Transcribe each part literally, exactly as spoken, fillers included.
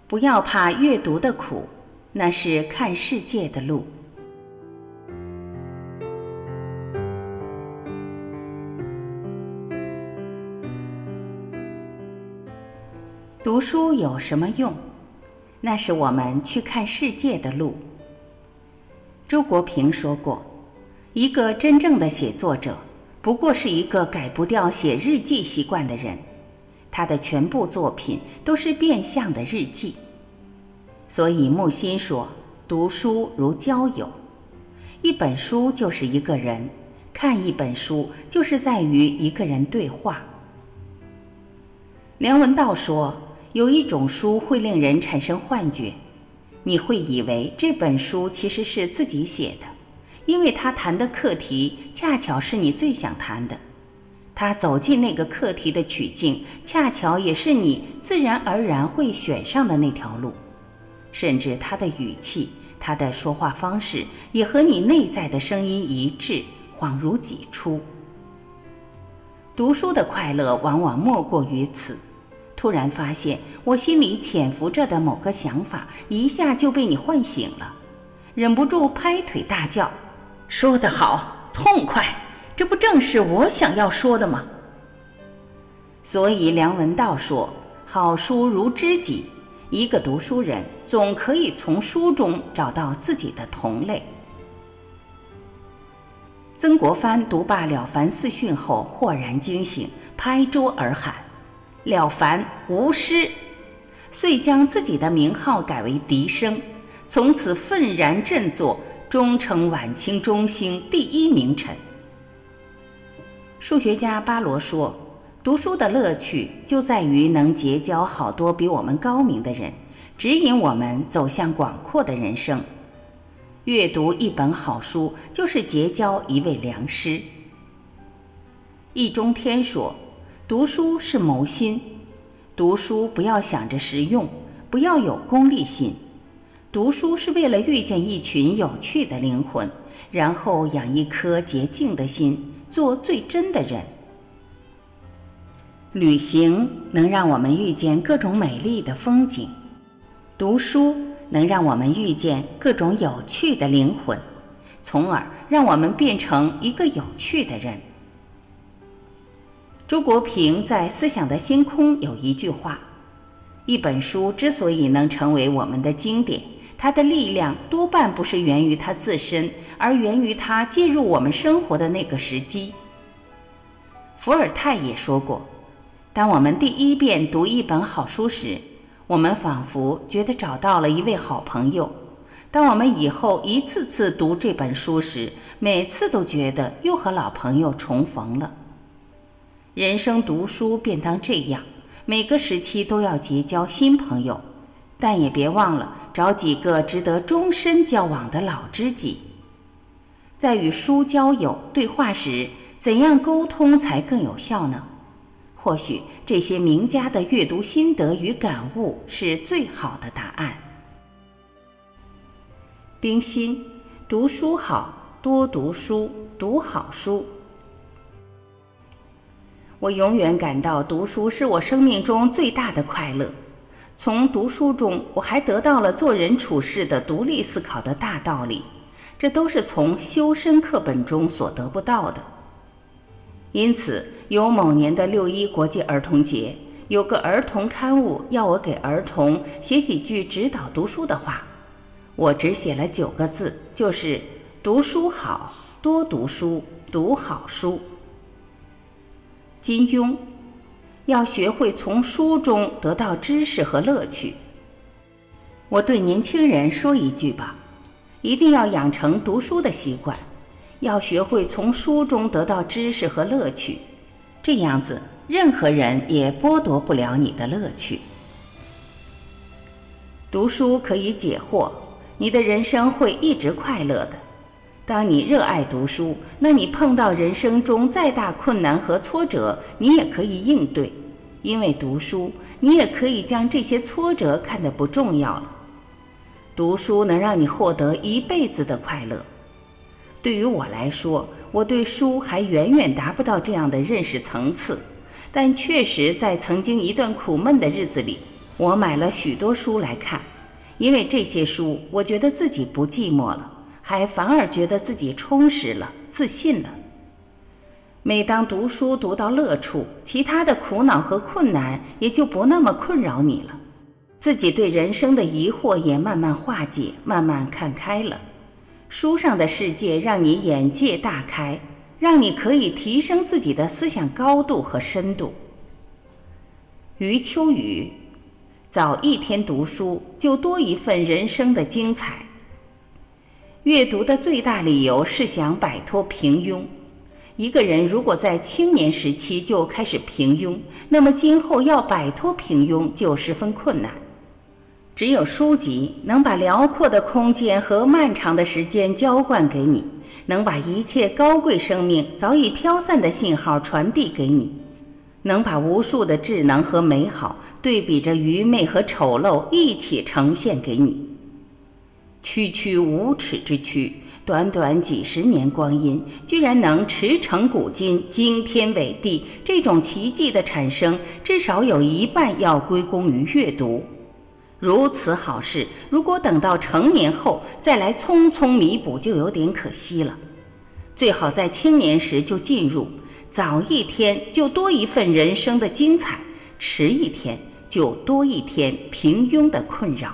不要怕阅读的苦，那是看世界的路。读书有什么用？那是我们去看世界的路。周国平说过，一个真正的写作者，不过是一个改不掉写日记习惯的人，他的全部作品都是变相的日记。所以木心说，读书如交友，一本书就是一个人，看一本书就是在与一个人对话。梁文道说，有一种书会令人产生幻觉，你会以为这本书其实是自己写的，因为他谈的课题恰巧是你最想谈的，他走进那个课题的曲径恰巧也是你自然而然会选上的那条路，甚至他的语气，他的说话方式也和你内在的声音一致，恍如己出。读书的快乐往往莫过于此，突然发现我心里潜伏着的某个想法一下就被你唤醒了，忍不住拍腿大叫，说得好，痛快，这不正是我想要说的吗？所以梁文道说，好书如知己，一个读书人总可以从书中找到自己的同类。曾国藩读罢了凡四训后豁然惊醒，拍桌而喊，了凡无师，遂将自己的名号改为笛声，从此愤然振作，终成晚清中兴第一名臣。数学家巴罗说，读书的乐趣就在于能结交好多比我们高明的人，指引我们走向广阔的人生。阅读一本好书就是结交一位良师。易中天说，读书是谋心，读书不要想着实用，不要有功利心，读书是为了遇见一群有趣的灵魂，然后养一颗洁净的心，做最真的人。旅行能让我们遇见各种美丽的风景，读书能让我们遇见各种有趣的灵魂，从而让我们变成一个有趣的人。周国平在《思想的星空》有一句话，一本书之所以能成为我们的经典，它的力量多半不是源于它自身，而源于它介入我们生活的那个时机。伏尔泰也说过，当我们第一遍读一本好书时，我们仿佛觉得找到了一位好朋友，当我们以后一次次读这本书时，每次都觉得又和老朋友重逢了。人生读书便当这样，每个时期都要结交新朋友，但也别忘了找几个值得终身交往的老知己。在与书交友对话时，怎样沟通才更有效呢？或许这些名家的阅读心得与感悟是最好的答案。冰心，读书好，多读书，读好书。我永远感到读书是我生命中最大的快乐。从读书中，我还得到了做人处事的独立思考的大道理，这都是从修身课本中所得不到的。因此，有某年的六一国际儿童节，有个儿童刊物要我给儿童写几句指导读书的话，我只写了九个字，就是读书好，多读书，读好书。金庸，要学会从书中得到知识和乐趣。我对年轻人说一句吧，一定要养成读书的习惯，要学会从书中得到知识和乐趣，这样子任何人也剥夺不了你的乐趣。读书可以解惑，你的人生会一直快乐的。当你热爱读书，那你碰到人生中再大困难和挫折，你也可以应对，因为读书，你也可以将这些挫折看得不重要了。读书能让你获得一辈子的快乐。对于我来说，我对书还远远达不到这样的认识层次，但确实在曾经一段苦闷的日子里， 我买了许多书来看，因为这些书我觉得自己不寂寞了，还反而觉得自己充实了，自信了。每当读书读到乐处，其他的苦恼和困难也就不那么困扰你了，自己对人生的疑惑也慢慢化解，慢慢看开了。书上的世界让你眼界大开，让你可以提升自己的思想高度和深度。余秋雨，早一天读书，就多一份人生的精彩。阅读的最大理由是想摆脱平庸。一个人如果在青年时期就开始平庸，那么今后要摆脱平庸就十分困难。只有书籍能把辽阔的空间和漫长的时间浇灌给你，能把一切高贵生命早已飘散的信号传递给你，能把无数的智能和美好对比着愚昧和丑陋一起呈现给你。区区无耻之躯，短短几十年光阴，居然能驰骋古今，惊天伟地，这种奇迹的产生，至少有一半要归功于阅读。如此好事，如果等到成年后再来匆匆弥补，就有点可惜了。最好在青年时就进入，早一天就多一份人生的精彩，迟一天就多一天平庸的困扰。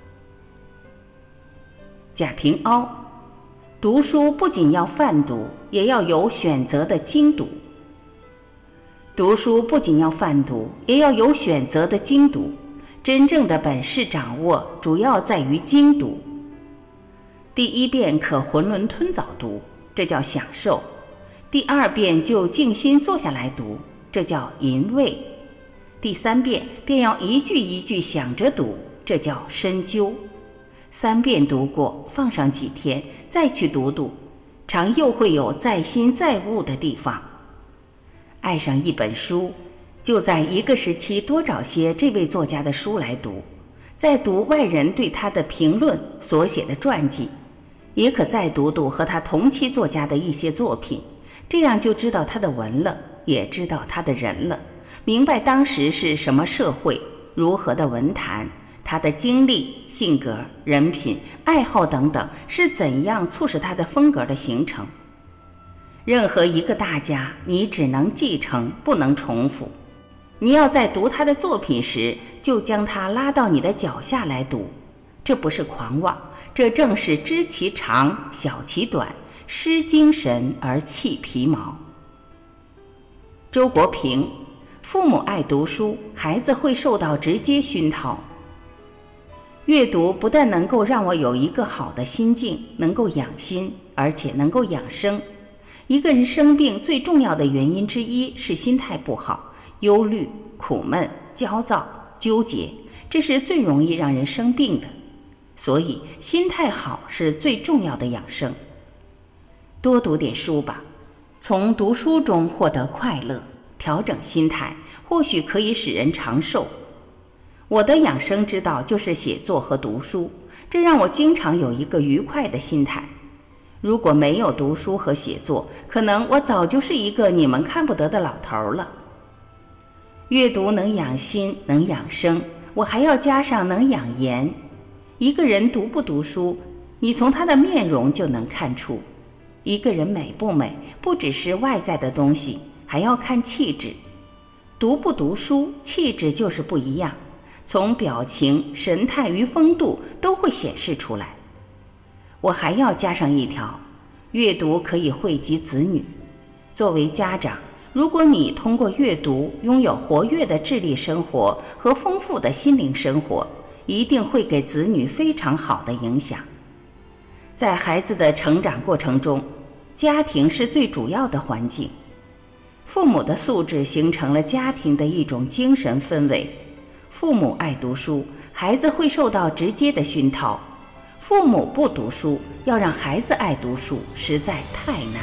贾平凹，读书不仅要泛读，也要有选择的精读。读书不仅要泛读，也要有选择的精读。真正的本事掌握，主要在于精读。第一遍可囫囵吞枣读，这叫享受；第二遍就静心坐下来读，这叫淫味；第三遍便要一句一句想着读，这叫深究。三遍读过，放上几天，再去读读，常又会有再心再悟的地方。爱上一本书，就在一个时期多找些这位作家的书来读，再读外人对他的评论所写的传记，也可再读读和他同期作家的一些作品，这样就知道他的文了，也知道他的人了，明白当时是什么社会，如何的文坛，他的经历、性格、人品、爱好等等是怎样促使他的风格的形成。任何一个大家，你只能继承，不能重复。你要在读他的作品时，就将他拉到你的脚下来读，这不是狂妄，这正是知其长，晓其短，失精神而弃皮毛。周国平，父母爱读书，孩子会受到直接熏陶。阅读不但能够让我有一个好的心境，能够养心，而且能够养生。一个人生病最重要的原因之一是心态不好，忧虑、苦闷、焦躁、纠结，这是最容易让人生病的。所以心态好是最重要的养生。多读点书吧，从读书中获得快乐，调整心态，或许可以使人长寿。我的养生之道就是写作和读书，这让我经常有一个愉快的心态。如果没有读书和写作，可能我早就是一个你们看不得的老头了。阅读能养心，能养生，我还要加上能养颜。一个人读不读书，你从他的面容就能看出。一个人美不美，不只是外在的东西，还要看气质。读不读书，气质就是不一样，从表情、神态与风度都会显示出来。我还要加上一条，阅读可以惠及子女。作为家长，如果你通过阅读拥有活跃的智力生活和丰富的心灵生活，一定会给子女非常好的影响。在孩子的成长过程中，家庭是最主要的环境。父母的素质形成了家庭的一种精神氛围。父母爱读书，孩子会受到直接的熏陶。父母不读书，要让孩子爱读书，实在太难。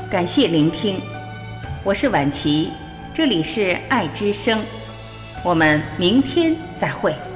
感谢聆听，我是婉琪，这里是爱之声，我们明天再会。